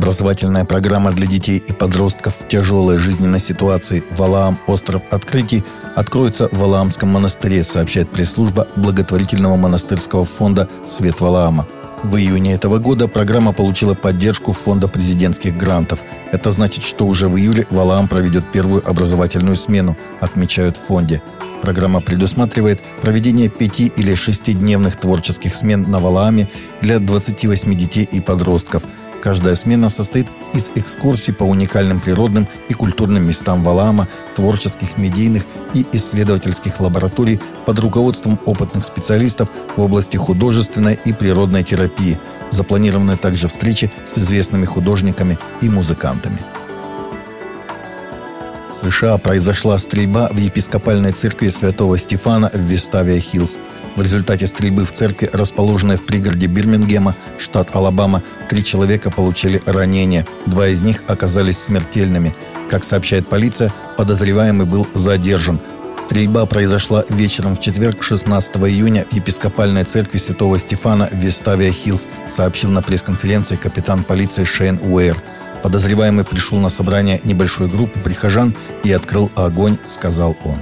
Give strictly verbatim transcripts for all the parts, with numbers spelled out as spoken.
Образовательная программа для детей и подростков в тяжелой жизненной ситуации «Валаам. Остров открытий» откроется в Валаамском монастыре, сообщает пресс-служба благотворительного монастырского фонда «Свет Валаама». В июне этого года программа получила поддержку фонда президентских грантов. Это значит, что уже в июле Валаам проведет первую образовательную смену, отмечают в фонде. Программа предусматривает проведение пяти- или шестидневных творческих смен на Валааме для двадцати восьми детей и подростков. Каждая смена состоит из экскурсий по уникальным природным и культурным местам Валаама, творческих, медийных и исследовательских лабораторий под руководством опытных специалистов в области художественной и природной терапии. Запланированы также встречи с известными художниками и музыкантами. В США произошла стрельба в епископальной церкви Святого Стефана в Веставия-Хиллз. В результате стрельбы в церкви, расположенной в пригороде Бирмингема, штат Алабама, три человека получили ранения. Два из них оказались смертельными. Как сообщает полиция, подозреваемый был задержан. Стрельба произошла вечером в четверг, шестнадцатого июня, в епископальной церкви Святого Стефана в Веставия-Хиллз, сообщил на пресс-конференции капитан полиции Шейн Уэйр. Подозреваемый пришел на собрание небольшой группы прихожан и открыл огонь, сказал он.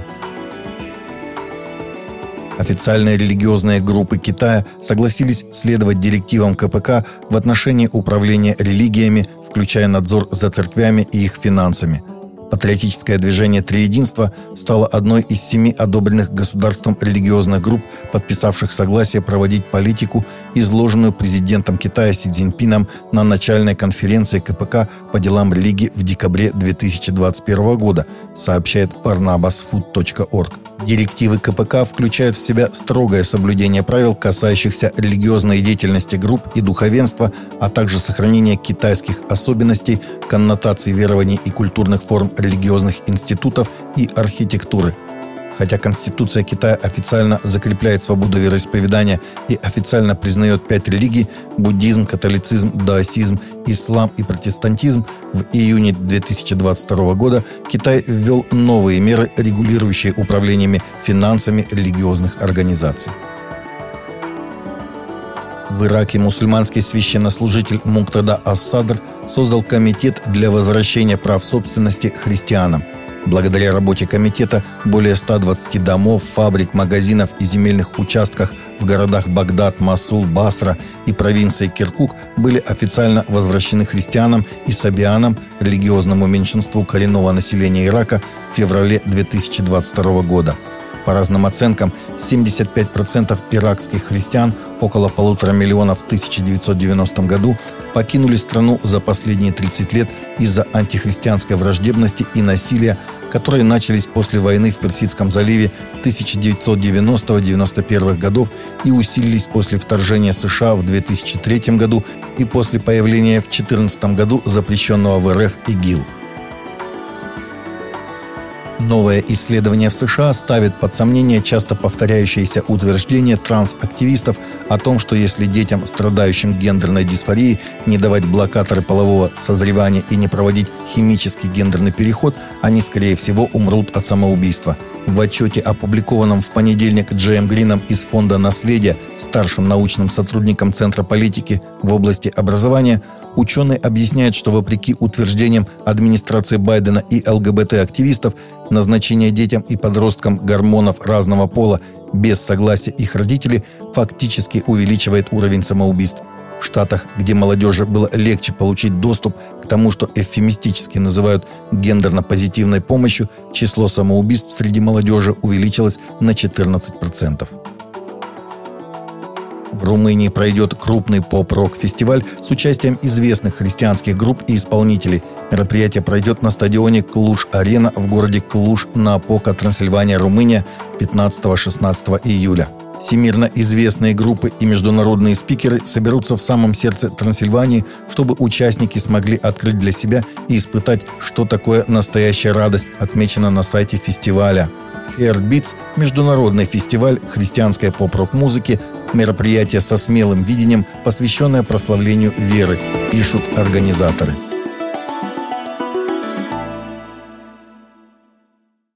Официальные религиозные группы Китая согласились следовать директивам ка пэ ка в отношении управления религиями, включая надзор за церквями и их финансами. Патриотическое движение «Триединство» стало одной из семи одобренных государством религиозных групп, подписавших согласие проводить политику, изложенную президентом Китая Си Цзиньпином на начальной конференции ка пэ ка по делам религии в декабре две тысячи двадцать первого года, сообщает барнабас фуд точка орг. Директивы ка пэ ка включают в себя строгое соблюдение правил, касающихся религиозной деятельности групп и духовенства, а также сохранение китайских особенностей, коннотаций верований и культурных форм религиозных институтов и архитектуры. Хотя Конституция Китая официально закрепляет свободу вероисповедания и официально признает пять религий – буддизм, католицизм, даосизм, ислам и протестантизм, в июне две тысячи двадцать второго года Китай ввел новые меры, регулирующие управлениями финансами религиозных организаций. В Ираке мусульманский священнослужитель Муктада ас-Садр создал комитет для возвращения прав собственности христианам. Благодаря работе комитета более ста двадцати домов, фабрик, магазинов и земельных участках в городах Багдад, Мосул, Басра и провинции Киркук были официально возвращены христианам и сабианам, религиозному меньшинству коренного населения Ирака, в феврале две тысячи двадцать второго года. По разным оценкам, семьдесят пять процентов иракских христиан, около полутора миллионов в тысяча девятьсот девяностом году, покинули страну за последние тридцать лет из-за антихристианской враждебности и насилия, которые начались после войны в Персидском заливе тысяча девятьсот девяностого — девяносто первого годов и усилились после вторжения США в две тысячи третьем году и после появления в две тысячи четырнадцатом году запрещенного в эр эф ИГИЛ. Новое исследование в США ставит под сомнение часто повторяющееся утверждение трансактивистов о том, что если детям, страдающим гендерной дисфорией, не давать блокаторы полового созревания и не проводить химический гендерный переход, они, скорее всего, умрут от самоубийства. В отчете, опубликованном в понедельник Джеем Грином из Фонда наследия, старшим научным сотрудником Центра политики в области образования, ученые объясняют, что вопреки утверждениям администрации Байдена и эл гэ бэ тэ-активистов, назначение детям и подросткам гормонов разного пола без согласия их родителей фактически увеличивает уровень самоубийств. В Штатах, где молодежи было легче получить доступ к тому, что эвфемистически называют гендерно-позитивной помощью, число самоубийств среди молодежи увеличилось на четырнадцать процентов. В Румынии пройдет крупный поп-рок-фестиваль с участием известных христианских групп и исполнителей. Мероприятие пройдет на стадионе Клуж-Арена в городе Клуж-Напока, Трансильвания, Румыния, пятнадцатого-шестнадцатого июля. Всемирно известные группы и международные спикеры соберутся в самом сердце Трансильвании, чтобы участники смогли открыть для себя и испытать, что такое настоящая радость, отмечено на сайте фестиваля. Heartbeats – международный фестиваль христианской поп-рок-музыки, мероприятие со смелым видением, посвященное прославлению веры, пишут организаторы.